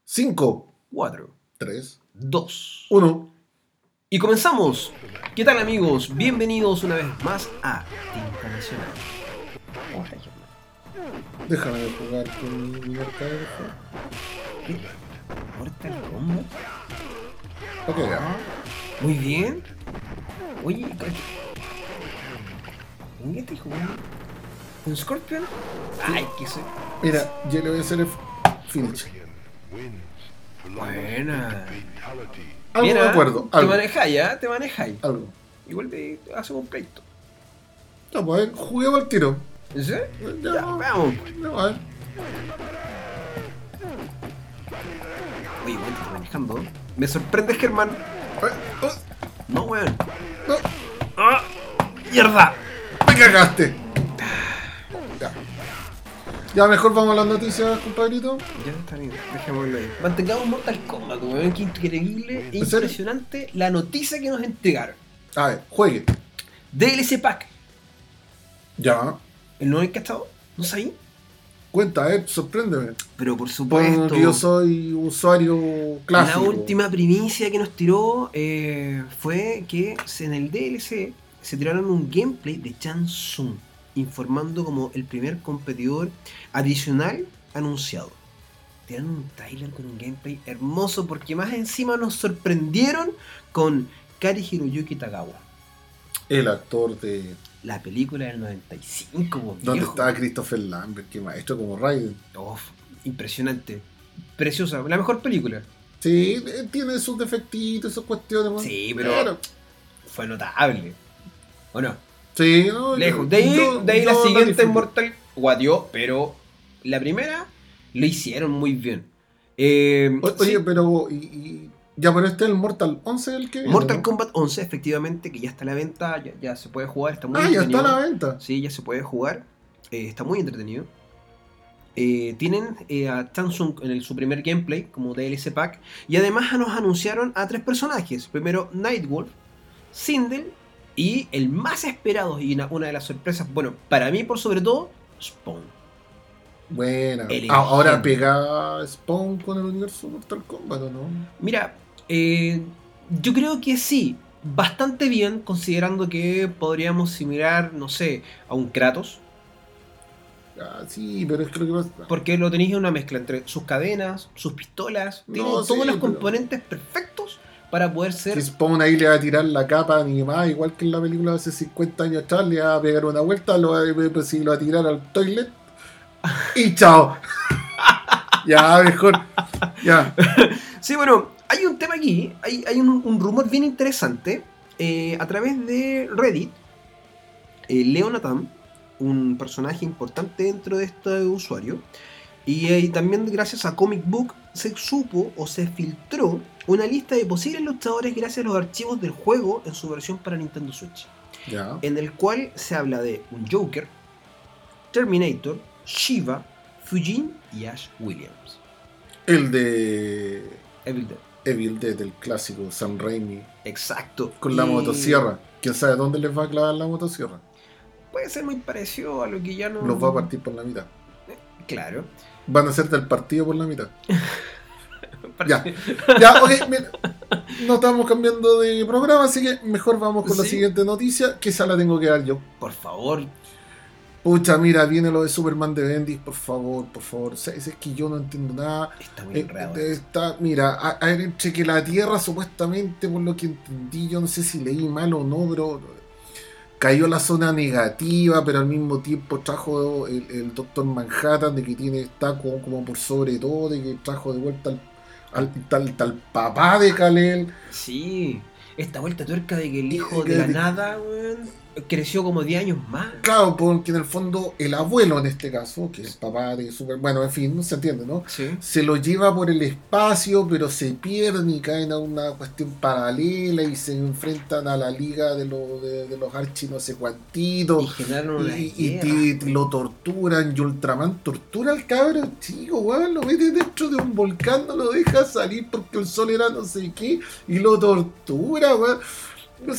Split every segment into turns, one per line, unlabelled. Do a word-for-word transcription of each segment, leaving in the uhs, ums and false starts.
cinco,
cuatro,
tres,
dos,
uno.
Y comenzamos. ¿Qué tal, amigos? Bienvenidos una vez más a Tinta Nacional. Hola, Germán.
Déjame de jugar con mi marca de
¿Qué? ¿Mortal Kombat?
Ok, ya.
Muy bien. Oye, ¿en qué estoy jugando? ¿Con Scorpion? Ay, qué soy.
Mira, yo le voy a hacer el finish.
Buena.
Algo
Bien,
me
¿ah?
acuerdo.
Te
Algo.
manejáis, ¿ya? Te manejáis.
Algo.
Igual te hacemos un pleito.
Ya, pues, a ver, juguemos al tiro.
¿En serio?
Ya,
Ya, vamos.
Ya, a ver.
Oye, weón, te estoy manejando. Me sorprende, Germán.
Eh, oh,
No, weón.
no,
¡Ah! ¡Mierda!
me cagaste. Ya. Ya, mejor vamos a las noticias, compadrito.
Ya está bien, dejémoslo ahí. Mantengamos Mortal Kombat, weón. Qué increíble e
¿En serio?
impresionante la noticia que nos entregaron.
A ver, juegue.
D L C Pack.
Ya.
¿El nuevo encastado? ¿No sabí?
Cuenta, eh, sorpréndeme.
Pero por supuesto.
Porque yo soy usuario clásico.
La última primicia que nos tiró eh, fue que en el D L C se tiraron un gameplay de Shang Tsung, informando como el primer competidor adicional anunciado. Tiraron un trailer con un gameplay hermoso porque más encima nos sorprendieron con Kari Hiroyuki Tagawa,
El actor de...
la película del noventa y cinco. po,
¿Dónde
viejo.
está Christopher Lambert? Qué maestro como Raiden.
Uf, impresionante, preciosa, la mejor película.
Sí, eh, tiene sus defectitos, sus cuestiones. ¿no?
Sí, pero fue notable. ¿O no?
Sí, no,
Lejos.
yo-
De ahí,
yo-
de ahí
yo
la
la
siguiente
disfruté.
Mortal guadió, pero la primera lo hicieron muy bien. Eh,
O- Oye,
sí,
pero. Y, y- ya, pero este es el Mortal once el que. viene,
Mortal
¿no?
Kombat once, efectivamente, que ya está a la venta, ya, ya se puede jugar, está muy
Ah, ya
entretenido.
está a la venta.
Sí, ya se puede jugar. eh, está muy entretenido. Eh, tienen eh, a Samsung en el, su primer gameplay como D L C Pack. Y además nos anunciaron a tres personajes. Primero Nightwolf, Sindel y el más esperado y una, una de las sorpresas, bueno, para mí por sobre todo, Spawn.
Buena.
El
Ah, ahora
ingenio.
pega Spawn con el universo Mortal Kombat, ¿o no?
Mira, eh, yo creo que sí, bastante bien, considerando que podríamos similar, no sé, a un Kratos.
Ah, sí, pero es que lo que pasa.
Porque lo tenéis en una mezcla entre sus cadenas, sus pistolas,
No,
tiene
sí,
todos los
pero-
componentes perfectos para poder ser.
Que Spawn ahí le va a tirar la capa animada, igual que en la película de hace cincuenta años atrás, le va a pegar una vuelta, lo va a, pues, sí, lo va a tirar al toilet y chao. Ya, mejor. Ya.
Sí, bueno, hay un tema aquí, hay, hay un, un rumor bien interesante. eh, a través de Reddit, eh, Leonatan, un personaje importante dentro de este usuario, y eh, también gracias a Comic Book se supo o se filtró una lista de posibles luchadores gracias a los archivos del juego en su versión para Nintendo Switch,
Ya.
en el cual se habla de un Joker, Terminator, Shiva, Fujin y Ash Williams.
El de
Evil Dead.
Evil Dead, el clásico, Sam Raimi,
Exacto.
con la
Y
motosierra. ¿Quién sabe dónde les va a clavar la motosierra?
puede ser muy parecido a lo que ya no.
Los va a partir por la mitad.
Claro.
Van a ser del partido por la mitad. Ya, ya, ok, mira, no estamos cambiando de programa, así que mejor vamos con la
Sí.
siguiente noticia, que esa la tengo que dar yo.
Por favor.
Pucha, mira, viene lo de Superman de Bendis, por favor, por favor. O sea, es que yo no entiendo nada.
Está muy
Eh,
enredado.
eh, está, mira, a, a ver, entre que la Tierra supuestamente, por lo que entendí, yo no sé si leí mal o no, pero cayó a la zona negativa, pero al mismo tiempo trajo el, el Doctor Manhattan de que tiene está como, como por sobre todo, de que trajo de vuelta al, al tal, tal papá de Kal-El.
Sí. Esta vuelta tuerca de que el hijo
que-
de la
de-
nada, weón, creció como diez años más.
Claro, porque en el fondo el abuelo en este caso, que es el papá de Superman, bueno, en fin, no se entiende, ¿no?
Sí.
Se lo lleva por el espacio, pero se pierden y caen a una cuestión paralela y se enfrentan a la liga de, lo- de, de los archi no sé
Y
cuantitos.
generaron una
Y, y
guerra.
te- lo torturan, y Ultraman tortura al cabro chico, weón, lo mete dentro de un volcán, no lo deja salir porque el sol era no sé qué, y lo tortura, weón. No sé,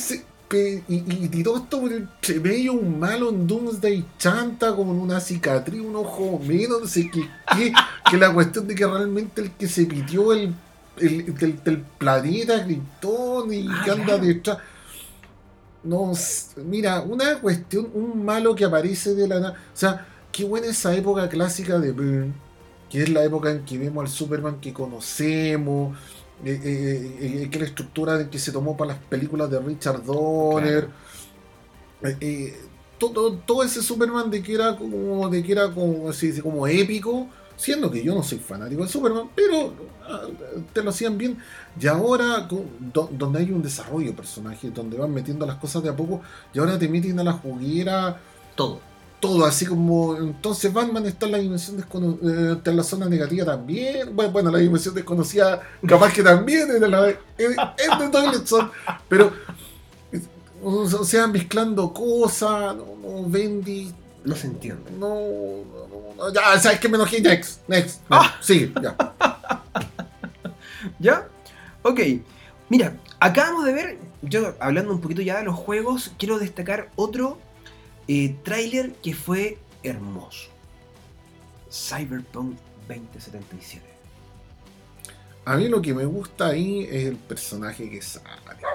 Pe- Y, y, y todo esto por entre medio, un malo en Doomsday chanta con una cicatriz, un ojo menos, no sé qué, qué, que la cuestión de que realmente el que se pitió el, el del, del planeta Krypton y
Ah,
que anda
claro.
detrás. No, s- mira, una cuestión, un malo que aparece de la nada. O sea, qué buena esa época clásica de Byrne, que es la época en que vemos al Superman que conocemos, eh, eh, eh, que la estructura de que se tomó para las películas de Richard Donner.
Claro.
eh, eh, todo, todo ese Superman de que era como, de que era como, así, así como épico, siendo que yo no soy fanático de Superman, pero ah, te lo hacían bien. Y ahora, co- do- donde hay un desarrollo de personajes, donde van metiendo las cosas de a poco, y ahora te meten a la juguera
Todo.
todo, así como, entonces Batman está en la dimensión desconocida, está en la zona negativa también. Bueno, bueno, la dimensión desconocida, capaz que también es de la, es, es de Toilet Zone, pero o sea, mezclando cosas, no, no, Bendy,
No se entiende.
no, no, no, ya, sabes que me enojé, next, next, next,
¡Ah!
sigue, ya.
¿Ya? Ok. Mira, acabamos de ver, yo hablando un poquito ya de los juegos, quiero destacar otro eh, tráiler que fue hermoso. Cyberpunk veinte setenta y siete.
A mí lo que me gusta ahí es el personaje que sale.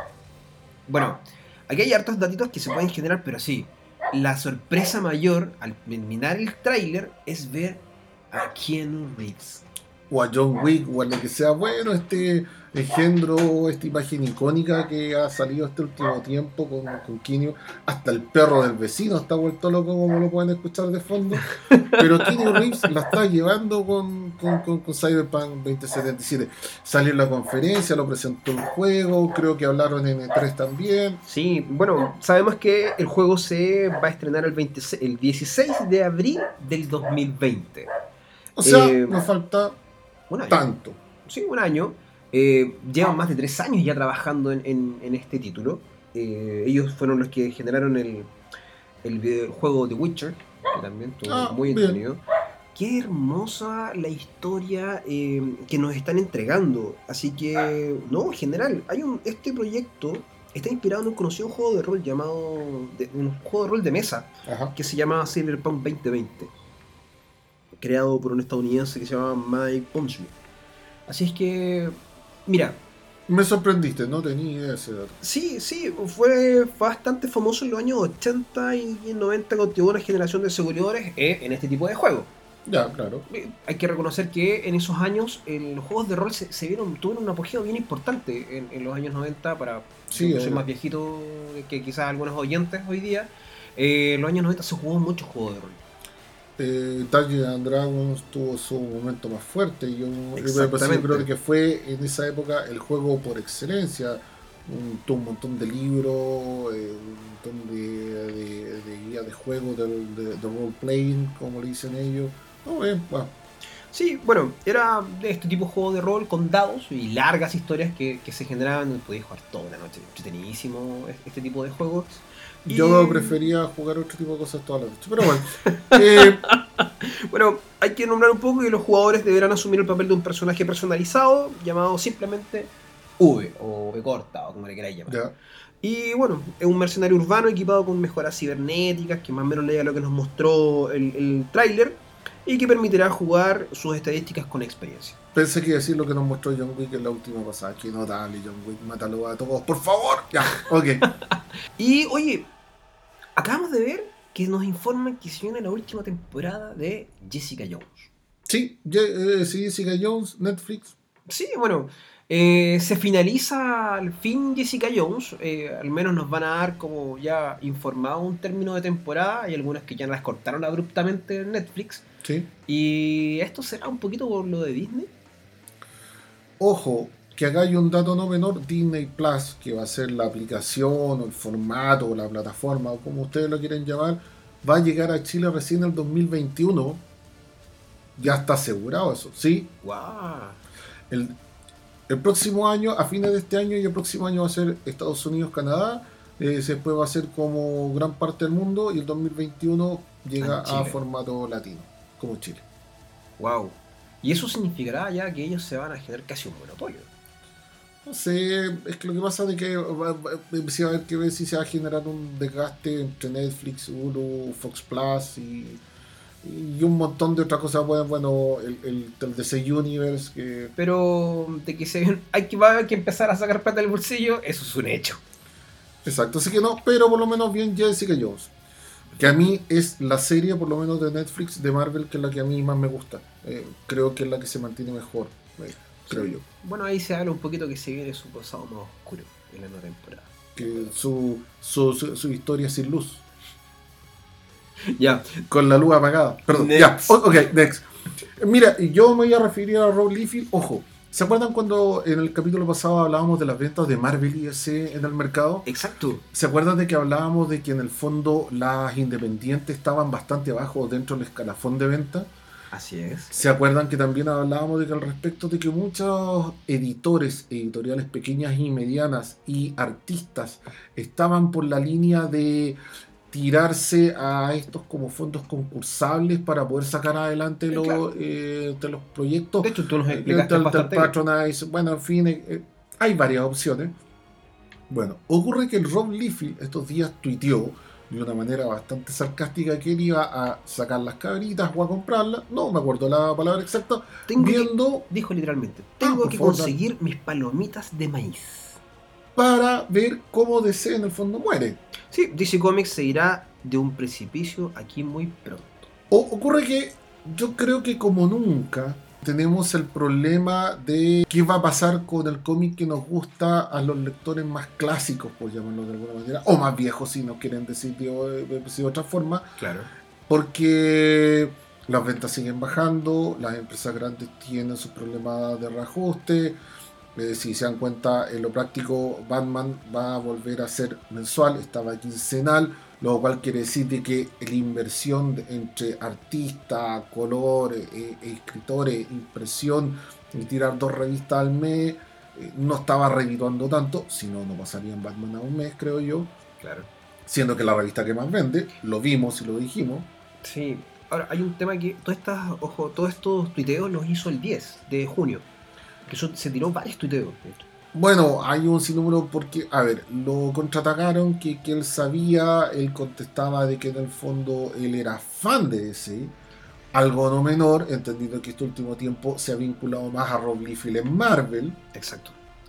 Bueno, aquí hay hartos datitos que se pueden generar, pero sí, la sorpresa mayor al terminar el tráiler es ver a Keanu Reeves.
O a John Wick, o a lo que sea. Bueno, este engendro, esta imagen icónica que ha salido este último tiempo con, con Keanu. Hasta el perro del vecino está vuelto loco, como lo pueden escuchar de fondo. Pero Keanu Reeves la está llevando con, con, con, con Cyberpunk veinte setenta y siete. Salió en la conferencia, lo presentó el juego, creo que hablaron en E tres también.
Sí, bueno, sabemos que el juego se va a estrenar el, veintiséis el dieciséis de abril del dos mil veinte.
O sea,
Eh,
nos falta
un año.
tanto.
Sí, un año. Eh, llevan más de tres años ya trabajando en, en- en este título. Eh, ellos fueron los que generaron el, el videojuego The Witcher, que también estuvo
Ah,
muy
bien.
entretenido. Qué hermosa la historia eh, que nos están entregando. Así que, no, en general, hay un, este proyecto está inspirado en un conocido juego de rol llamado. De, un juego de rol de mesa
Ajá.
que se llama Cyberpunk veinte veinte, creado por un estadounidense que se llama Mike Pondsmith. Así es que, mira,
Me sorprendiste, no tenía idea de ese dato.
sí, sí, fue bastante famoso en los años ochenta y noventa, cautivó una generación de seguidores eh, en este tipo de juegos.
Ya, claro.
Eh, Hay que reconocer que en esos años eh, los juegos de rol se, se vieron, tuvieron un apogeo bien importante en, en los años noventa. Para
Sí,
yo que soy
eh.
más viejito que quizás algunos oyentes hoy día. Eh, en los años noventa se jugó muchos juegos de rol.
Eh, Dungeons and Dragons tuvo su momento más fuerte. Y yo, yo, pues, yo
Exactamente.
creo que fue en esa época el juego por excelencia. Un, tuvo un montón de libros, eh, un montón de, de, de guías de juego, de, de, de role playing, como le dicen ellos. No, eh, bueno,
Sí, bueno, era de este tipo de juego de rol con dados y largas historias que, que se generaban. Podías jugar toda la noche, entretenidísimo este tipo de juegos. Y,
yo prefería jugar otro tipo de cosas todas las noches. Pero bueno, eh,
bueno, hay que nombrar un poco que los jugadores deberán asumir el papel de un personaje personalizado llamado simplemente V o V corta o como le queráis llamar.
ya.
Y bueno, es un mercenario urbano equipado con mejoras cibernéticas que más o menos le da lo que nos mostró el, el tráiler y que permitirá jugar sus estadísticas con experiencia.
Pensé que iba a decir lo que nos mostró John Wick en la última pasada. Que no, dale, John Wick, mátalo a todos, por favor. Ya, ok.
Y oye, acabamos de ver que nos informan que se viene la última temporada de Jessica Jones.
Sí, Ye- eh, sí, Jessica Jones, Netflix.
Sí, bueno, eh, se finaliza al fin Jessica Jones. Eh, al menos nos van a dar como ya informado un término de temporada. Hay algunas que ya las cortaron abruptamente en Netflix.
Sí.
Y esto será un poquito por lo de Disney.
Ojo, que acá hay un dato no menor, Disney Plus, que va a ser la aplicación o el formato o la plataforma o como ustedes lo quieren llamar, va a llegar a Chile recién en el dos mil veintiuno. Ya está asegurado eso, ¿sí?
¡Guau!
El, el próximo año, a fines de este año y el próximo año va a ser Estados Unidos, Canadá, eh, después va a ser como gran parte del mundo y el dos mil veintiuno llega
En Chile.
a formato latino, como Chile.
¡Wow! Y eso significará ya que ellos se van a generar casi un monopolio.
No sé, es que lo que pasa es que va, va, sí va a haber que ver si se va a generar un desgaste entre Netflix, Hulu, Fox Plus y, y un montón de otras cosas. Bueno, bueno el, el, el D C Universe. Que...
Pero de que se hay que, va a haber que empezar a sacar plata del bolsillo, eso es un hecho.
Exacto, así que no, pero por lo menos bien Jessica Jones. Que a mí es la serie, por lo menos de Netflix, de Marvel, que es la que a mí más me gusta. Eh, creo que es la que se mantiene mejor, eh, creo
Sí.
yo.
Bueno, ahí se habla un poquito que se viene su pasado más oscuro en la nueva temporada.
Que su, su, su, su historia sin luz.
Ya.
Con la luz apagada. Perdón,
Next.
ya. O- ok, next. Mira, yo me voy a referir a Rob Liefeld. Ojo, ¿se acuerdan cuando en el capítulo pasado hablábamos de las ventas de Marvel y D C en el mercado?
Exacto.
¿Se acuerdan de que hablábamos de que en el fondo las independientes estaban bastante abajo dentro del escalafón de venta?
Así es.
¿Se acuerdan que también hablábamos de que al respecto de que muchos editores, editoriales pequeñas y medianas y artistas estaban por la línea de tirarse a estos como fondos concursables para poder sacar adelante
Sí,
los,
claro.
eh, de los proyectos?
De hecho, tú nos
Eh,
explicaste
del, del
bastante bien.
Patronize, bueno, en fin, eh, eh, hay varias opciones. Bueno, ocurre que el Rob Liefeld estos días tuiteó de una manera bastante sarcástica que él iba a sacar las cabritas o a comprarlas, no me acuerdo la palabra exacta,
Tengo que-
viendo
Dijo literalmente, tengo
por
que
favor,
conseguir mis palomitas de maíz.
para ver cómo D C en el fondo muere.
Sí, D C Comics se irá de un precipicio aquí muy pronto.
O, ocurre que yo creo que como nunca tenemos el problema de qué va a pasar con el cómic que nos gusta a los lectores más clásicos, por llamarlo de alguna manera, o más viejos si no quieren decir de, de, de otra forma,
Claro.
porque las ventas siguen bajando, las empresas grandes tienen sus problemas de reajuste. Eh, si se dan cuenta, en lo práctico, Batman va a volver a ser mensual, estaba quincenal, lo cual quiere decir de que la inversión de, entre artista, color, eh, escritores, impresión y tirar dos revistas al mes eh, no estaba redituando tanto, si no, no pasaría en Batman a un mes, creo yo.
Claro.
Siendo que la revista que más vende, lo vimos y lo dijimos.
Sí. Ahora, hay un tema que todas estas, ojo, todos estos tuiteos los hizo el diez de junio. Que eso, se tiró varios tuiteos. de hecho.
Bueno, hay un sinnúmero porque, a ver, lo contraatacaron, que, que él sabía, él contestaba de que en el fondo él era fan de D C, algo no menor, entendiendo que este último tiempo se ha vinculado más a Rob Liefeld en Marvel,
Exacto.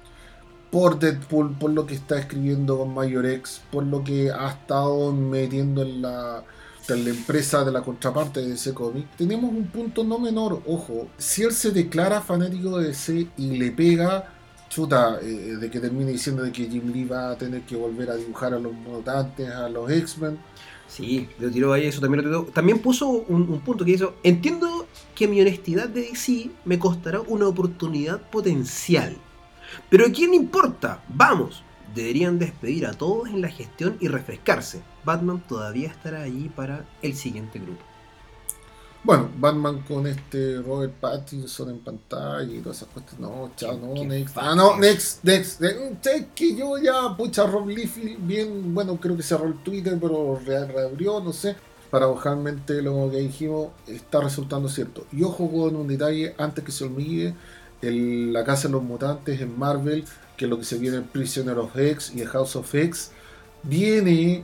por Deadpool, por lo que está escribiendo con Major X, por lo que ha estado metiendo en la, en la empresa de la contraparte de D C Comics. Tenemos un punto no menor, ojo, si él se declara fanático de D C y le pega, chuta, eh, de que termine diciendo de que Jim Lee va a tener que volver a dibujar a los mutantes, a los X-Men.
Sí, lo tiró ahí, eso también lo tiró. También puso un, un punto que hizo, entiendo que mi honestidad de D C me costará una oportunidad potencial. Pero ¿quién importa? Vamos. Deberían despedir a todos en la gestión y refrescarse. Batman todavía estará allí para el siguiente grupo.
Bueno, Batman con este Robert Pattinson en pantalla y todas esas cuestiones. No, chao, no,
Qué
next.
fácil.
Ah, no, next, next. Es que yo ya, pucha, Rob Liefeld, bien, bueno, creo que cerró el Twitter, pero re- reabrió, no sé. Paradojalmente, lo que dijimos está resultando cierto. Y ojo con un detalle, antes que se olvide, el, la Casa de los Mutantes en Marvel, que es lo que se viene en Prisoner of X y House of X, viene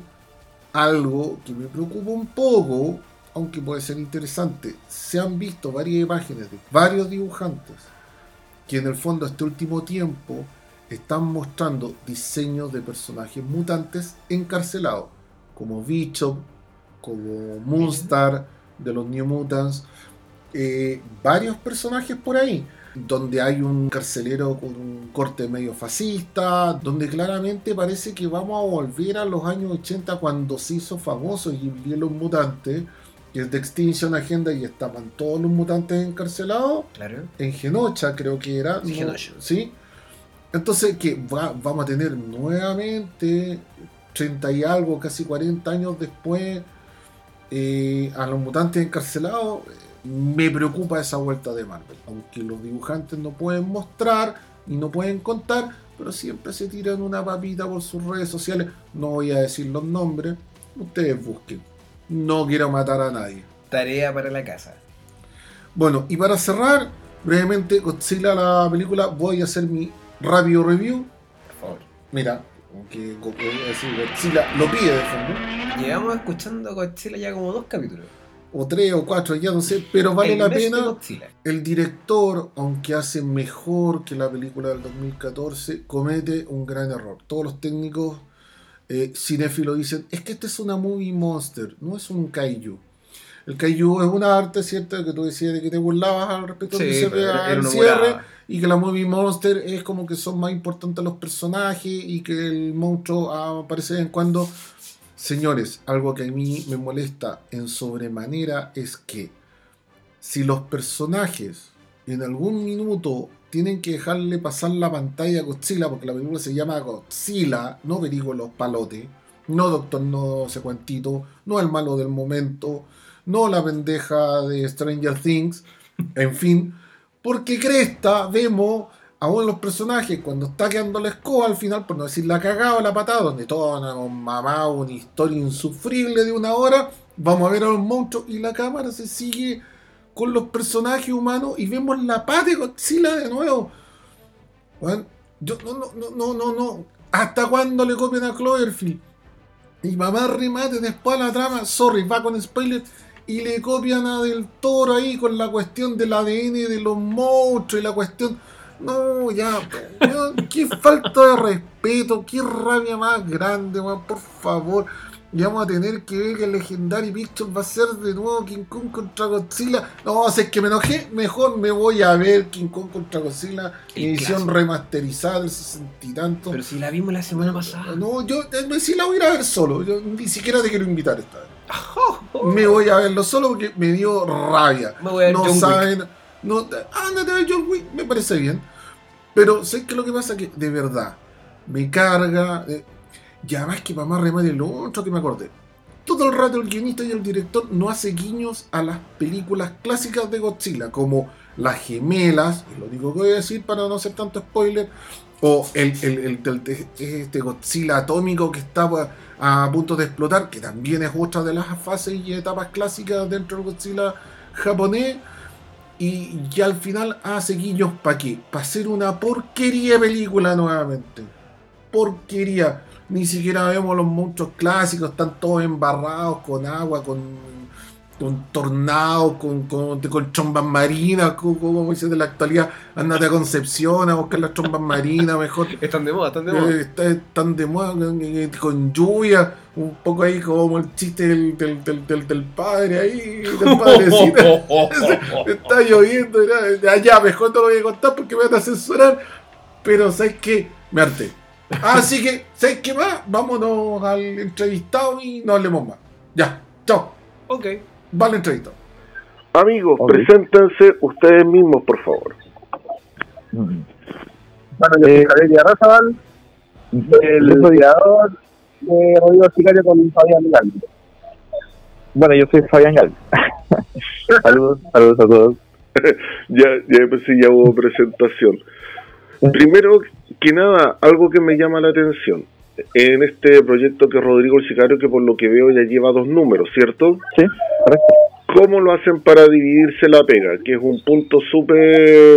algo que me preocupa un poco, aunque puede ser interesante. Se han visto varias imágenes de varios dibujantes que en el fondo este último tiempo están mostrando diseños de personajes mutantes encarcelados, como Bishop, como Moonstar de los New Mutants, eh, varios personajes por ahí, donde hay un carcelero con un corte medio fascista, donde claramente parece que vamos a volver a los años ochenta cuando se hizo famoso y los mutantes, que es de Extinction Agenda y estaban todos los mutantes encarcelados,
Claro.
en Genocha creo que era,
Sí,
¿no?
Genosha.
¿Sí? Entonces que va, vamos a tener nuevamente treinta y algo, casi cuarenta años después, eh, a los mutantes encarcelados. Me preocupa esa vuelta de Marvel, aunque los dibujantes no pueden mostrar y no pueden contar, pero siempre se tiran una papita por sus redes sociales. No voy a decir los nombres, ustedes busquen. No quiero matar a nadie.
Tarea para la casa.
Bueno, y para cerrar, brevemente, Godzilla la película, voy a hacer mi rápido review, por favor. Mira, que Godzilla lo pide de fondo.
Llevamos escuchando a Godzilla ya como dos capítulos.
O tres o cuatro, ya no sé, pero vale
El
la
mes de
pena.
Godzilla.
El director, aunque hace mejor que la película del dos mil catorce, comete un gran error. Todos los técnicos eh, cinéfilos dicen, es que este es una movie monster, no es un kaiju. El kaiju es una arte, ¿cierto? Que tú decías de que te burlabas al respecto
Sí,
del
pero era- era una
cierre,
volada.
y que la movie monster es como que son más importantes los personajes y que el monstruo aparece de vez en cuando. Señores, algo que a mí me molesta en sobremanera es que si los personajes en algún minuto tienen que dejarle pasar la pantalla a Godzilla, porque la película se llama Godzilla, no Verigo los palotes, no Doctor No sé cuantito, no el malo del momento, no la pendeja de Stranger Things, en fin, porque cresta vemos a uno de los personajes cuando está quedando la escoba al final, por no decir la cagada o la patada, donde todos han mamado una historia insufrible de una hora, vamos a ver a los monstruos y la cámara se sigue con los personajes humanos y vemos la pata de Godzilla de nuevo. Bueno, yo no, no, no, no, no, no. ¿Hasta cuándo le copian a Cloverfield? Y mamá remate después a la trama, sorry, va con spoilers, y le copian a Del Toro ahí con la cuestión del A D N de los monstruos y la cuestión. No, ya, ya, qué falta de respeto, qué rabia más grande, man, por favor. Y vamos a tener que ver que el Legendary Pictures va a ser de nuevo King Kong contra Godzilla. No, si es que me enojé, mejor me voy a ver King Kong contra Godzilla,
El
edición
clásico.
remasterizada del sesenta y tanto.
Pero si la vimos la semana pasada.
No, yo eh, sí la voy a ir a ver solo. Yo ni siquiera te quiero invitar esta vez. Me voy a verlo solo porque me dio rabia.
Me voy a ver
No
John
saben. No, ándate a ver John Wick, me parece bien. Pero sé que lo que pasa es que de verdad me carga. Eh, y además que para más remate lo otro que me acordé. Todo el rato el guionista y el director no hace guiños a las películas clásicas de Godzilla, como Las Gemelas, es lo único que voy a decir para no hacer tanto spoiler, o el, el, el, el- el- este Godzilla atómico que está a, a punto de explotar, que también es otra de las fases y etapas clásicas dentro del Godzilla japonés. Y, y al final hace guiños para qué, para hacer una porquería de película nuevamente. Porquería. Ni siquiera vemos los monstruos clásicos, están todos embarrados con agua, con, con tornados, con, con, con chombas marinas, como, como dicen de la actualidad. Ándate a Concepción a buscar las chombas marinas, mejor.
Están de moda, están de moda.
Eh, está- están de moda con, eh, con lluvia, un poco ahí como el chiste del, del, del, del, del padre ahí, del padrecito. Está lloviendo, ya, ya, mejor no lo voy a contar porque me van a censurar. Pero ¿sabes qué? Me harté. Así que, ¿sabes qué más? Vámonos al entrevistado y no hablemos más. Ya, chao.
Ok.
Va al entrevistado.
Amigos,
Ok.
preséntense ustedes mismos, por favor.
Mm.
Bueno, yo soy
Eh,
Javier Villarrazabal, el
yo soy-
creador de Rodrigo Sicario con Fabián Galvez.
bueno, yo soy Fabián Galvez. saludos, saludos a todos.
Ya, ya empecé, ya hubo presentación. Primero que nada, algo que me llama la atención en este proyecto que es Rodrigo el Sicario, que por lo que veo ya lleva dos números, ¿cierto?
Sí, correcto.
¿Cómo lo hacen para dividirse la pega? Que es un punto súper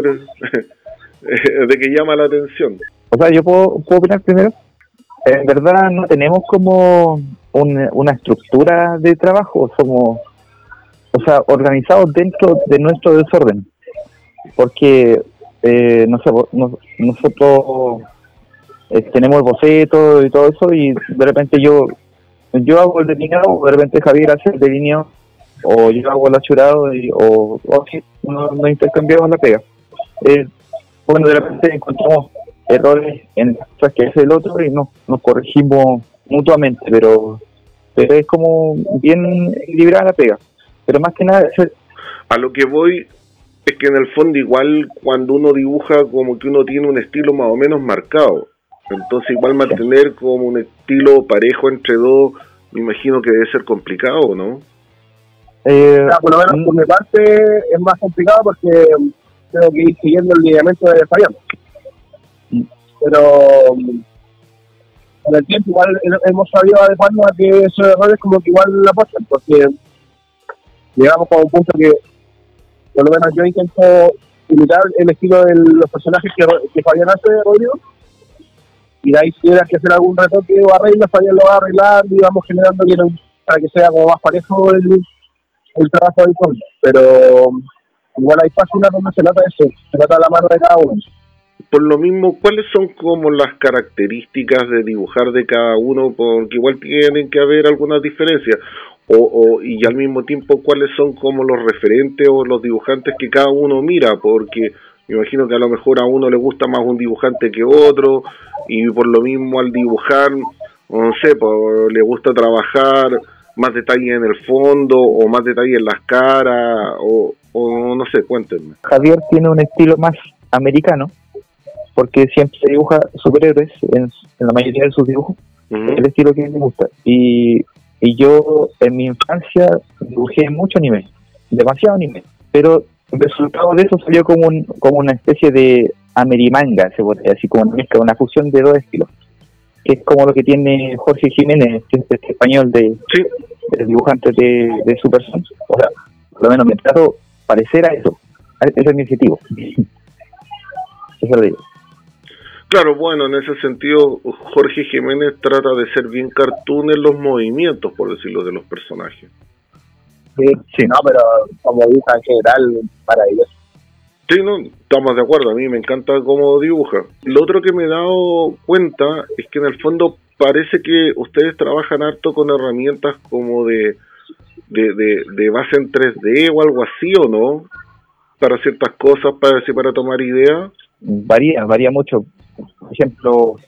de que llama la atención.
O sea, yo puedo, puedo opinar primero. En verdad no tenemos como un- una estructura de trabajo, somos, o sea, organizados dentro de nuestro desorden. Porque, eh, no sé, vos- nos- nosotros eh, tenemos el boceto y todo eso, y de repente yo yo hago el delineado, de repente Javier hace el delineado, o yo hago el achurado, y, o, o así, nos, nos intercambiamos la pega. Eh, bueno, de repente encontramos errores en las cosas que hace el otro y nos, nos corregimos mutuamente, pero, pero es como bien equilibrada la pega. Pero más que nada, es,
A lo que voy es que en el fondo igual cuando uno dibuja como que uno tiene un estilo más o menos marcado. Entonces igual mantener como un estilo parejo entre dos, me imagino que debe ser complicado, ¿no?
eh,
O sea, por lo menos por mi parte es más complicado porque tengo que ir siguiendo el lineamiento de Fabián. Pero mm, con el tiempo igual he- hemos sabido adecuarnos a que esos errores como que igual la pasan, porque llegamos a un punto que por lo menos yo intento imitar el estilo de los personajes que, que Fabián hace, Rodrigo. Y de ahí si tuvieras que hacer algún retoque o arreglo, Fabián lo va a arreglar y vamos generando que no, para que sea como más parejo el, el trabajo habitual. Pero igual hay páginas donde se nota eso, se nota la mano de cada uno.
Por lo mismo, ¿cuáles son como las características de dibujar de cada uno? Porque igual tienen que haber algunas diferencias. O, o y al mismo tiempo, ¿cuáles son como los referentes o los dibujantes que cada uno mira? Porque me imagino que a lo mejor a uno le gusta más un dibujante que otro, y por lo mismo al dibujar, no sé, pues, le gusta trabajar más detalle en el fondo, o más detalle en las caras, o, o no sé, cuéntenme.
Javier tiene un estilo más americano, porque siempre dibuja superhéroes en, en la mayoría de sus dibujos, uh-huh. El estilo que le gusta. Y, y yo en mi infancia dibujé mucho anime, demasiado anime, pero el resultado de eso salió como, un, como una especie de amerimanga, se podría decir, como una mezcla, una fusión de dos estilos, que es como lo que tiene Jorge Jiménez, que es este español de,
sí.
de dibujante de, de Super Sons. O sea, por lo menos me trato parecer a eso. Ese es mi objetivo. Eso lo digo.
Claro, bueno, en ese sentido, Jorge Jiménez trata de ser bien cartoon en los movimientos, por decirlo, de los personajes.
Sí, sí, no, pero como dibuja en general, maravilloso.
Sí, no, estamos de acuerdo, a mí me encanta cómo dibuja. Lo otro que me he dado cuenta es que en el fondo parece que ustedes trabajan harto con herramientas como de, de, de, de base en tres D o algo así, ¿o no? Para ciertas cosas, para, para tomar ideas.
Varía, varía mucho. Por ejemplo,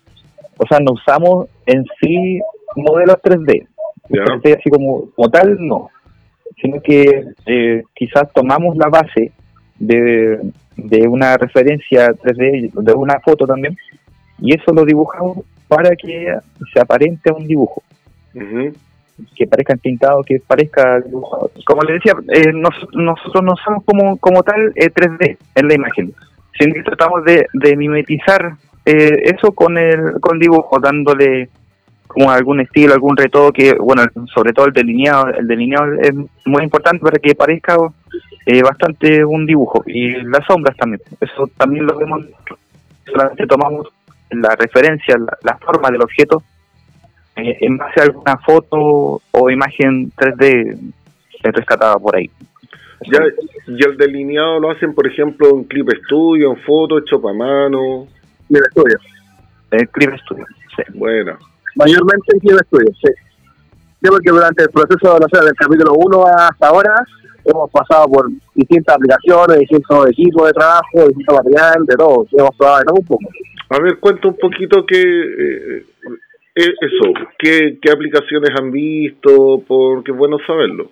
o sea, no usamos en sí modelos tres D.
¿Ya?
tres D así como, como tal, no. Sino que eh, quizás tomamos la base de, de una referencia tres D, de una foto también, y eso lo dibujamos para que se aparente a un dibujo.
Uh-huh.
Que parezca pintado, que parezca dibujado. Como les decía, eh, nos, nosotros no somos como, como tal eh, tres D en la imagen, sino que tratamos de, de mimetizar eh, eso con el con dibujo, dándole como algún estilo, algún retoque, bueno, sobre todo el delineado. El delineado es muy importante para que parezca eh, bastante un dibujo, y las sombras también, eso también lo vemos. Solamente tomamos la referencia, la, la forma del objeto eh, en base a alguna foto o imagen tres D rescatada por ahí.
Ya, y el delineado lo hacen, por ejemplo, en Clip Studio, en foto, hecho para mano.
Clip Studio.
En Clip Studio, sí.
Bueno.
Mayormente en Clip Studio, sí. Sí, porque durante el proceso, no sé, del capítulo uno hasta ahora, hemos pasado por distintas aplicaciones, distintos equipos de trabajo, distintos material, de todo. Hemos probado de todo un poco.
A ver, cuenta un poquito que eh, eh, eso, qué, qué aplicaciones han visto, porque es bueno saberlo.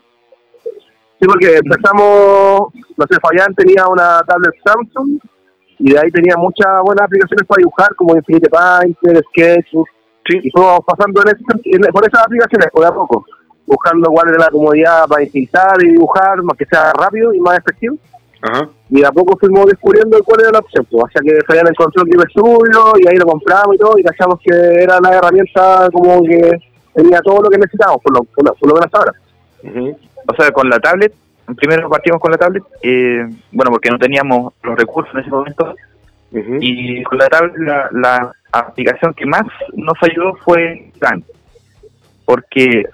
Sí, porque empezamos, no sé, Fabián tenía una tablet Samsung y de ahí tenía muchas buenas aplicaciones para dibujar, como Infinite Painter, Sketchbook,
sí.
Y fuimos pasando en ese, en, por esas aplicaciones, poco a poco, buscando cuál era la comodidad para digitalizar y dibujar, más que sea rápido y más efectivo.
Ajá.
Y de a poco fuimos descubriendo cuál era la opción, pues, o sea que Fabián encontró el Clip Studio y ahí lo compramos y todo, y cachamos que era la herramienta como que tenía todo lo que necesitábamos, por lo, por lo, por lo menos ahora.
Uh-huh.
O sea, con la tablet, primero partimos con la tablet, eh, bueno, porque no teníamos los recursos en ese momento, uh-huh. Y con la tablet la, la aplicación que más nos ayudó fue Scan, porque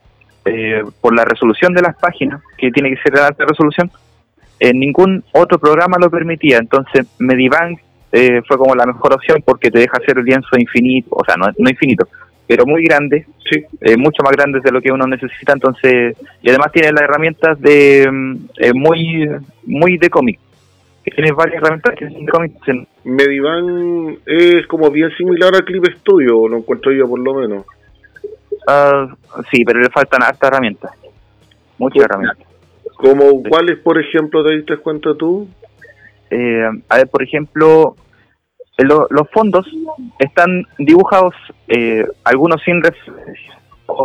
eh, por la resolución de las páginas, que tiene que ser de alta resolución, eh, ningún otro programa lo permitía. Entonces Medibank eh, fue como la mejor opción, porque te deja hacer lienzo infinito, o sea, no, no infinito, pero muy grande,
sí.
eh, mucho más grandes de lo que uno necesita. Entonces, y además tiene las herramientas de eh, muy muy de cómic, tiene varias herramientas que son de cómic.
Medibank es como bien similar a Clip Studio, lo encuentro yo por lo menos.
Uh, sí, pero le faltan hartas herramientas, muchas herramientas.
¿Como
sí.
cuáles, por ejemplo, te diste cuenta tú?
Eh, a ver, por ejemplo, Lo, los fondos están dibujados, eh, algunos sin referencia, o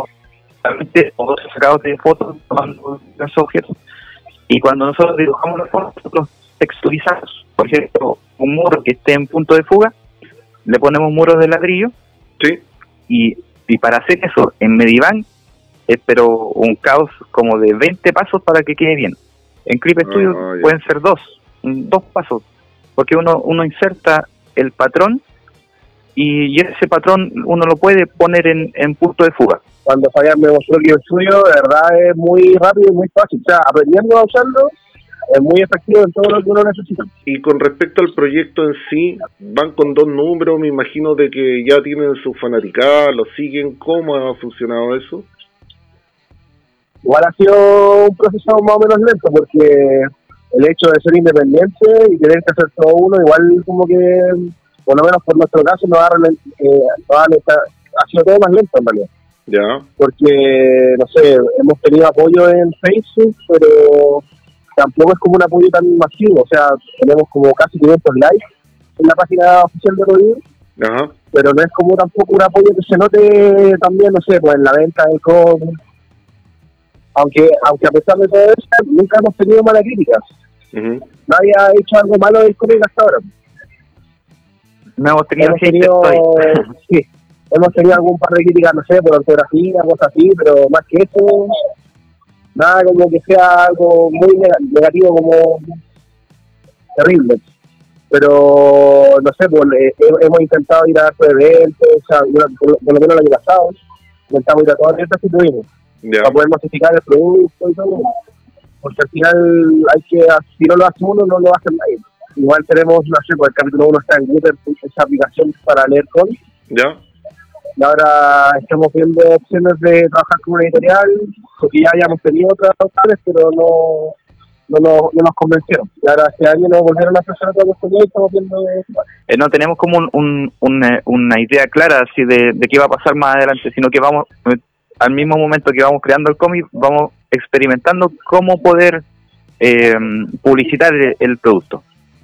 otros sacados de fotos tomando los objetos, y cuando nosotros dibujamos los fondos, nosotros texturizamos, por ejemplo, un muro que esté en punto de fuga, le ponemos muros de ladrillo,
sí.
y, y para hacer eso en Medibank es pero un caos como de veinte pasos para que quede bien. En Clip Studio
ah,
pueden ser dos, dos pasos, porque uno uno inserta el patrón y ese patrón uno lo puede poner en, en punto de fuga.
Cuando Fabián me mostró que el suyo, de verdad, es muy rápido y muy fácil. O sea, aprendiendo a usarlo, es muy efectivo en todo lo que uno necesita.
Y con respecto al proyecto en sí, van con dos números, me imagino de que ya tienen su fanaticada, lo siguen, ¿cómo ha funcionado eso?
Igual ha sido un proceso más o menos lento, porque el hecho de ser independiente y tener que hacer todo uno, igual como que, por lo menos por nuestro caso, nos ha, eh, nos ha, ha sido todo más lento en realidad.
Ya.
Porque, no sé, hemos tenido apoyo en Facebook, pero tampoco es como un apoyo tan masivo. O sea, tenemos como casi quinientos likes en la página oficial de Rodrigo.
Ajá.
Pero no es como tampoco un apoyo que se note también, no sé, pues en la venta del cómic. Aunque, aunque a pesar de todo eso, nunca hemos tenido malas críticas.
Uh-huh.
Nadie ha hecho algo malo del cómic hasta ahora.
No hemos tenido,
hemos tenido sí, hemos tenido algún par de críticas, no sé, por ortografía, cosas así, pero más que eso, nada como que sea algo muy negativo, como terrible. Pero, no sé, pues, eh, hemos intentado ir a estos eventos, o sea, por, por lo menos el año pasado, intentamos ir a todas estas que tuvimos,
yeah.
para poder masificar el producto y todo. Porque al final, hay que, si no lo hace uno, no lo hace nadie. Igual tenemos, no sé, pues el capítulo uno está en Google, esa aplicación para leer cómics.
Ya.
Y ahora estamos viendo opciones de trabajar con una editorial, porque ya habíamos tenido otras opciones, pero no, no, no, no nos convencieron. Y ahora este año nos volvieron a ofrecer otra oportunidad y estamos viendo...
Eh, no tenemos como un, un, una, una idea clara así de, de qué va a pasar más adelante, sino que vamos, al mismo momento que vamos creando el cómic, vamos experimentando cómo poder eh, publicitar el, el producto.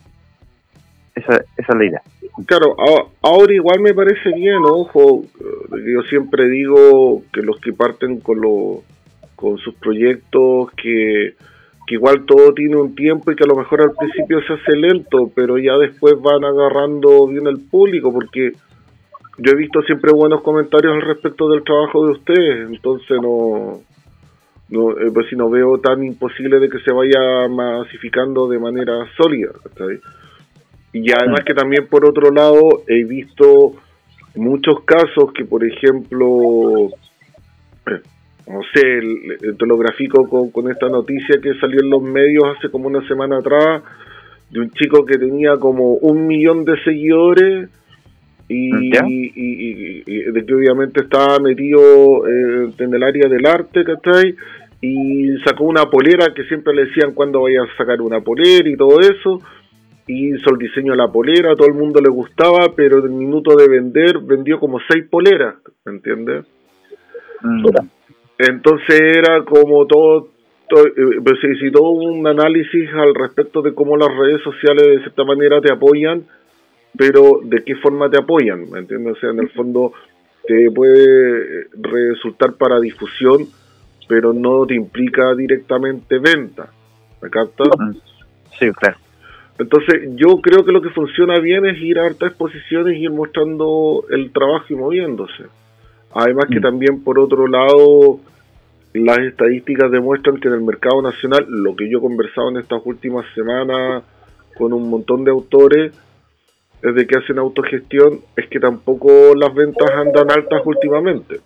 Esa, esa es la idea.
Claro, ahora igual me parece bien, ojo, yo siempre digo que los que parten con lo, con sus proyectos, que, que igual todo tiene un tiempo y que a lo mejor al principio se hace lento, pero ya después van agarrando bien el público, porque yo he visto siempre buenos comentarios al respecto del trabajo de ustedes, entonces no, no eh, pues si no veo tan imposible de que se vaya masificando de manera sólida, ¿está bien? Y además que también por otro lado he visto muchos casos que, por ejemplo, eh, no sé, el, te lo grafico con, con esta noticia que salió en los medios hace como una semana atrás, de un chico que tenía como un millón de seguidores y, y, y, y de que obviamente estaba metido eh, en el área del arte, ¿cachai? Y sacó una polera que siempre le decían cuándo vaya a sacar una polera y todo eso. Y hizo el diseño de la polera, a todo el mundo le gustaba, pero en el minuto de vender, vendió como seis poleras, ¿me entiendes? Mm. Entonces era como todo, todo pues se hizo todo un análisis al respecto de cómo las redes sociales de cierta manera te apoyan, pero de qué forma te apoyan, ¿me entiendes? O sea, en el fondo te puede resultar para difusión, pero no te implica directamente venta, ¿me captas?
Sí, claro.
Entonces yo creo que lo que funciona bien es ir a hartas exposiciones y ir mostrando el trabajo y moviéndose. Además que mm. también por otro lado las estadísticas demuestran que en el mercado nacional, lo que yo he conversado en estas últimas semanas con un montón de autores desde que hacen autogestión, es que tampoco las ventas andan altas últimamente.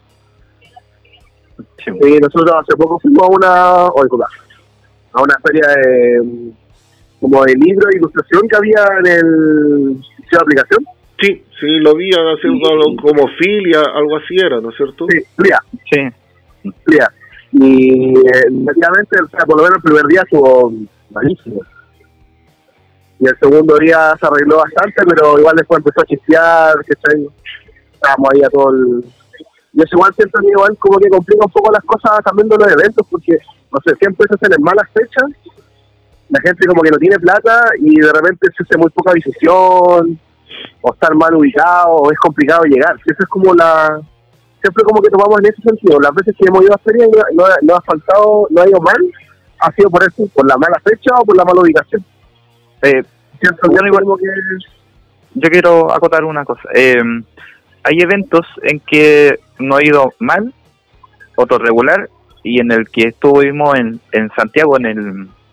Sí, nosotros hace poco fuimos a una oiga, a una feria de como de libro e ilustración que había en el sitio de aplicación.
Sí, sí, lo vi hacer sí. como filia, algo así era, ¿no es cierto?
Sí, Flia.
Sí.
Flia. Y eh, efectivamente, o sea, por lo menos el primer día estuvo malísimo. Y el segundo día se arregló bastante, pero igual después empezó a chispear, que estábamos ahí a todo el... Y eso igual siento que igual como que complica un poco las cosas también de los eventos, porque, no sé, siempre se hacen en malas fechas, la gente como que no tiene plata y de repente se hace muy poca difusión o estar mal ubicado o es complicado llegar. Eso es como la... Siempre como que tomamos en ese sentido. Las veces que hemos ido a feria y no, no, no ha faltado, no ha ido mal, ha sido por eso, por la mala fecha o por la mala ubicación.
Eh,
Siento
yo, igual, que... yo quiero acotar una cosa. Eh, hay eventos en que no ha ido mal, otro regular, y en el que estuvimos en, en Santiago, en el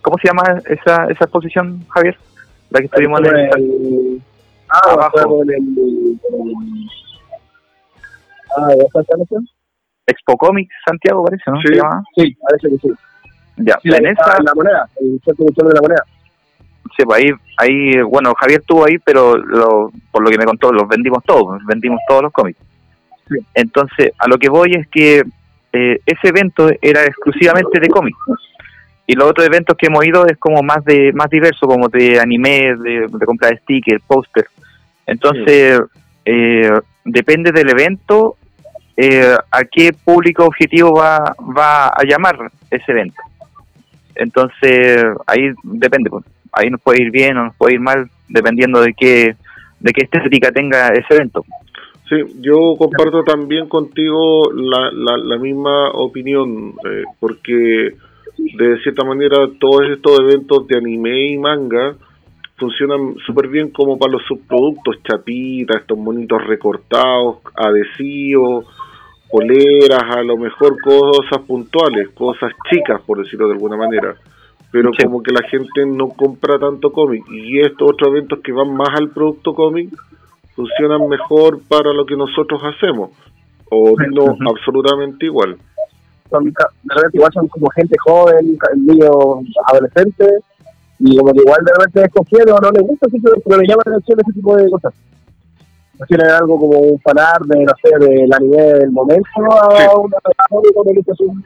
¿cómo se llama esa esa exposición, Javier? La que estuvimos en el,
el... Ah,
abajo.
En el... el... Ah, ¿esa está la noción?
Expo Comics Santiago, parece, ¿no?
Sí.
¿Se llama?
Sí, parece que sí.
Ya,
Sí,
en
ahí está
esa,
en la moneda, el centro virtual de la moneda.
sí, pues ahí, ahí, bueno, Javier estuvo ahí, pero lo, por lo que me contó, los vendimos todos, vendimos todos los cómics.
Sí.
Entonces, a lo que voy es que eh, ese evento era exclusivamente de cómics. Y los otros eventos que hemos ido es como más de más diverso, como de anime, de, de compra de stickers, póster. Entonces, sí. eh, depende del evento, eh, a qué público objetivo va, va a llamar ese evento. Entonces, ahí depende, pues. Ahí nos puede ir bien o nos puede ir mal, dependiendo de qué, de qué estética tenga ese evento.
Sí, yo comparto también contigo la, la, la misma opinión, eh, porque de cierta manera todos estos eventos de anime y manga funcionan súper bien como para los subproductos, chapitas, estos monitos recortados, adhesivos, poleras, a lo mejor cosas puntuales, cosas chicas, por decirlo de alguna manera, pero sí. Como que la gente no compra tanto cómic, y estos otros eventos que van más al producto cómic funcionan mejor para lo que nosotros hacemos, o no, uh-huh. absolutamente igual.
Son, de repente igual son como gente joven, niños, adolescentes, y como que igual de repente desconfían o no les gusta, pero le llaman la atención ese tipo de cosas. Prefieren algo como un fanar de, no sé, del anime del momento a sí. una organización.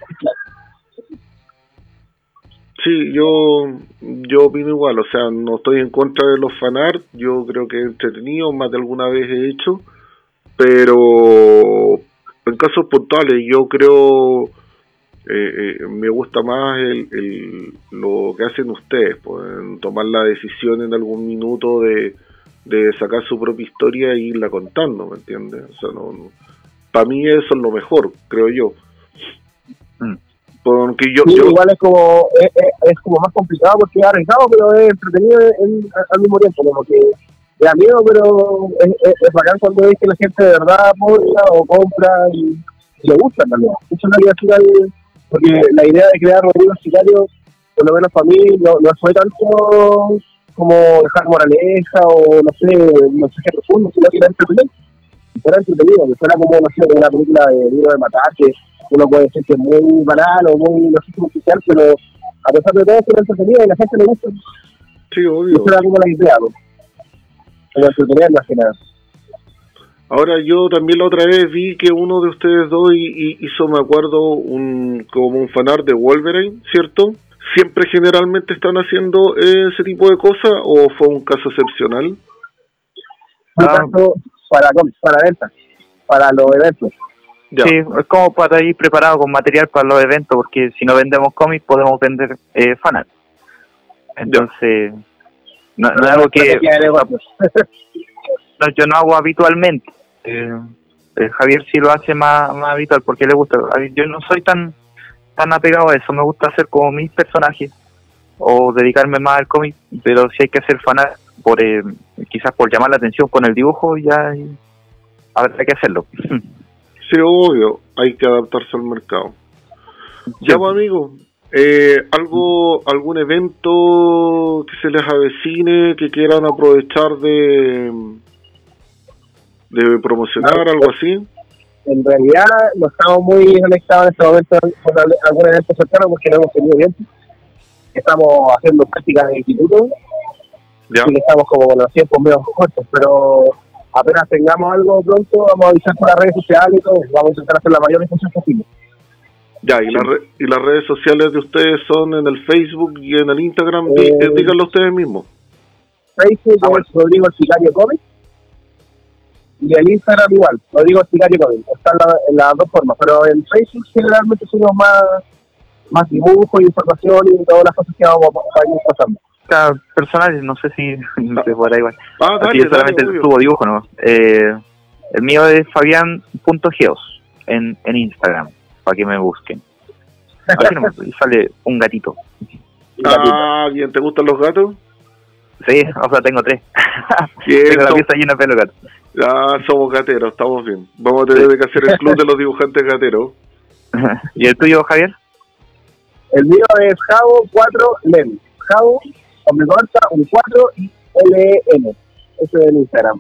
Sí, yo yo opino igual, o sea, no estoy en contra de los fanart, yo creo que es entretenido, más de alguna vez he hecho, pero en casos puntuales yo creo eh, eh, me gusta más el, el lo que hacen ustedes, pueden tomar la decisión en algún minuto de, de sacar su propia historia e irla contando, ¿me entiendes? O sea, no, no, para mí eso es lo mejor, creo yo. Mm. Porque yo,
sí,
yo
igual es como es, es, es como más complicado porque es arriesgado, pero es entretenido en, en, al mismo tiempo, como que da miedo, pero es, es, es bacán cuando ves que la gente de verdad apoya o compra y, y le gusta también. Eso es la idea, porque la idea de crear Rodrigo Sicario, por lo menos para mí, no, no fue tanto como dejar moraleja o no sé, no sé qué profundo, sino que era entretenido. Era entretenido, que fuera como, no sé, una película de Duro de Matar, que uno puede decir que es muy banal o muy, no sé, superficial, pero a pesar de todo, es entretenido y a la gente le gusta.
Sí, obvio.
Eso era como la idea, ¿no? Como entretener más que nada.
Ahora, yo también la otra vez vi que uno de ustedes dos hizo, me acuerdo, un como un fanart de Wolverine, ¿cierto? ¿Siempre generalmente están haciendo ese tipo de cosas o fue un caso excepcional?
Un ah. caso para, para ventas, para los eventos.
Ya. Sí, es como para ir preparado con material para los eventos, porque si no vendemos cómics podemos vender eh, fanart. Entonces, no, no es algo que... no, yo no hago habitualmente. Eh, eh, Javier sí lo hace más, más habitual porque le gusta. Yo no soy tan tan apegado a eso, me gusta hacer como mis personajes o dedicarme más al cómic, pero si hay que hacer fanart por eh, quizás por llamar la atención con el dibujo, ya habrá que hacerlo.
Sí, obvio, hay que adaptarse al mercado. Sí. Ya, pues, amigo, eh, algo, algún evento que se les avecine, que quieran aprovechar de de promocionar, claro, algo así.
En realidad no estamos muy conectados en este momento con algún evento cercano porque no hemos tenido bien. Estamos haciendo prácticas en el instituto, ya. Así que estamos como con los tiempos medio cortos, pero apenas tengamos algo pronto vamos a avisar por las redes sociales y todo, vamos a intentar hacer la mayor difusión posible.
Ya, y, sí. la re- y las redes sociales de ustedes son en el Facebook y en el Instagram, eh, Dí- díganlo ustedes mismos.
Facebook ah, bueno. es Rodrigo Sicario Comics y el Instagram igual, Rodrigo Sicario Comics, están la, en las dos formas, pero en Facebook generalmente subimos más, más dibujos, información y todas las cosas que vamos a ir pasando.
Personales, no sé si no sé por ahí igual.
Ah, dale,
Así yo solamente
dale,
subo dibujo, ¿no? Eh, el mío es fabián punto geos en, en Instagram, para que me busquen. Aquí no me sale un gatito.
Ah, bien, ¿te gustan los gatos?
Sí, o sea, tengo tres. Tengo la pieza llena de pelo gato.
Ah, somos gateros, estamos bien. Vamos a tener sí. que hacer el club de los dibujantes gateros.
¿Y el tuyo, Javier?
El mío es Javo cuatro Lem. Javo, con mi corta, un cuatro y L N. Ese es el Instagram.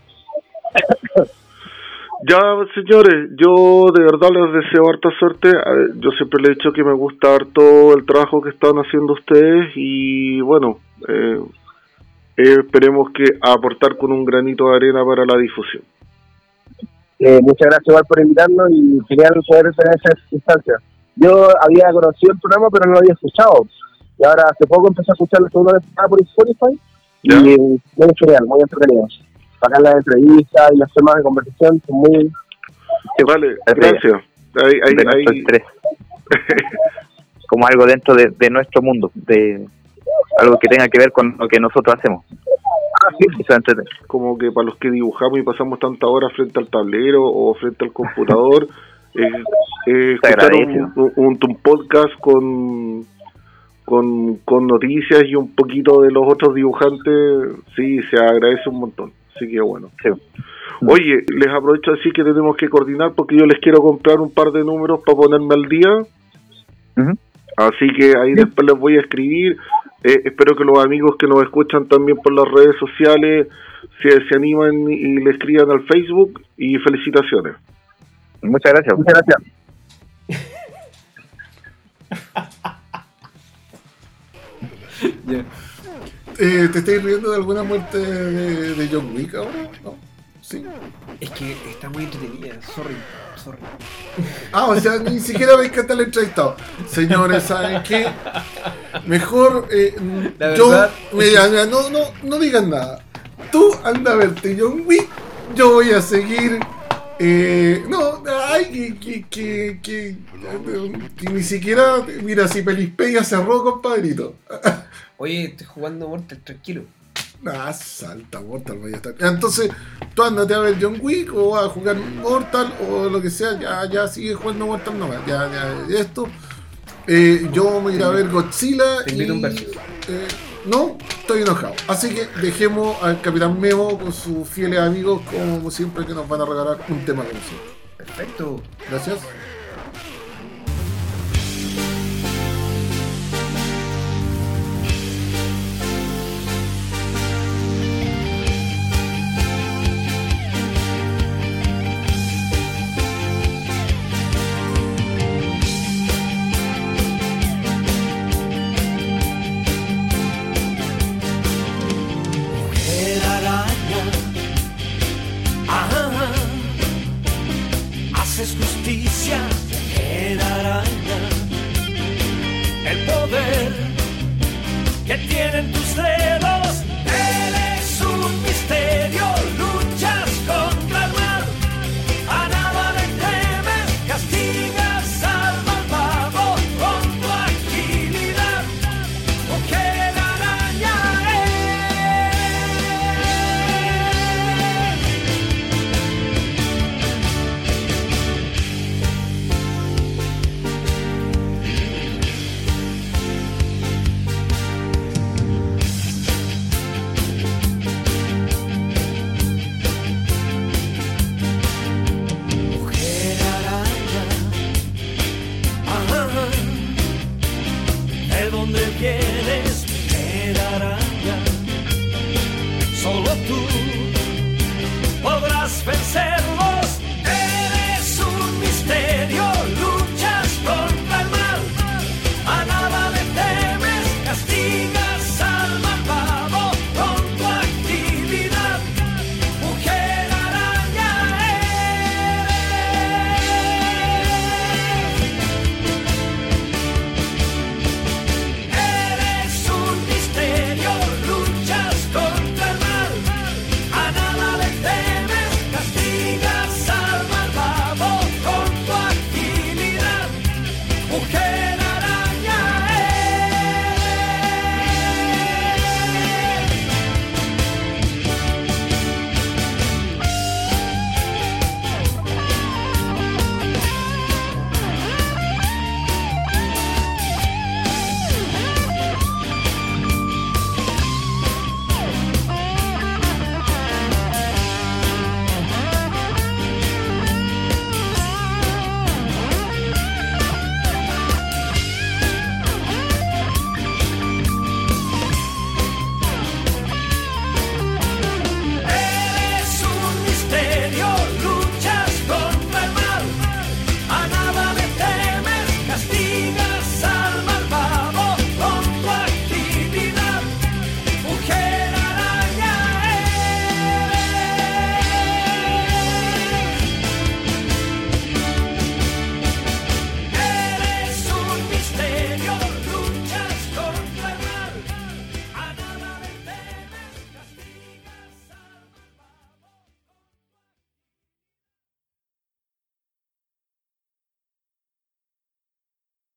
Ya, señores, yo de verdad les deseo harta suerte. Yo siempre les he dicho que me gusta harto el trabajo que están haciendo ustedes y bueno, eh, eh, esperemos que aportar con un granito de arena para la difusión.
Eh, muchas gracias igual por invitarnos y genial poder tener esa instancia. Yo había conocido el programa pero no lo había escuchado y ahora hace poco empecé a escuchar el programa por Spotify
¿Ya?
y muy genial, muy entretenido. Acá las entrevistas y las temas de conversación son muy...
Vale, gracias. Ahí, ahí,
de nuestro
ahí.
estrés. Como algo dentro de, de nuestro mundo, de algo que tenga que ver con lo que nosotros hacemos.
Ah, sí.
Eso es entretenido.
Como que para los que dibujamos y pasamos tantas horas frente al tablero o frente al computador, eh, eh, escuchar un, un, un, un podcast con, con, con noticias y un poquito de los otros dibujantes, sí, se agradece un montón. Así que bueno.
Sí.
Oye, les aprovecho a decir que tenemos que coordinar porque yo les quiero comprar un par de números para ponerme al día.
Uh-huh.
Así que ahí después les voy a escribir. Eh, espero que los amigos que nos escuchan también por las redes sociales se, se animen y le escriban al Facebook. Y felicitaciones.
Muchas gracias.
Muchas gracias.
Ya.
Eh, ¿Te estáis riendo de alguna muerte de, de John Wick ahora? ¿No? ¿Sí?
Es que está muy entretenida, sorry, sorry.
Ah, o sea, ni siquiera veis que está el entrevistado. Señores, ¿saben qué? Mejor eh,
La
yo...
verdad-
Mira, mira, no, no, no digas nada. Tú anda a verte John Wick, yo voy a seguir... Eh, no, ay, que, que, que, que, que ni siquiera... Mira, si Pelispedia cerró, compadrito.
Oye, estoy jugando Mortal, tranquilo.
Ah, salta, Mortal, vaya a estar. Entonces, tú andate a ver John Wick o a jugar Mortal o lo que sea, ya, ya sigue jugando Mortal nomás, ya, ya, esto. Eh, yo me iré a ver Godzilla
Te invito
y...
a un versus.
Eh, no, estoy enojado. Así que dejemos al Capitán Memo con sus fieles amigos, como siempre, que nos van a regalar un tema como siempre.
Perfecto.
Gracias.
Mujer araña, ah, haces justicia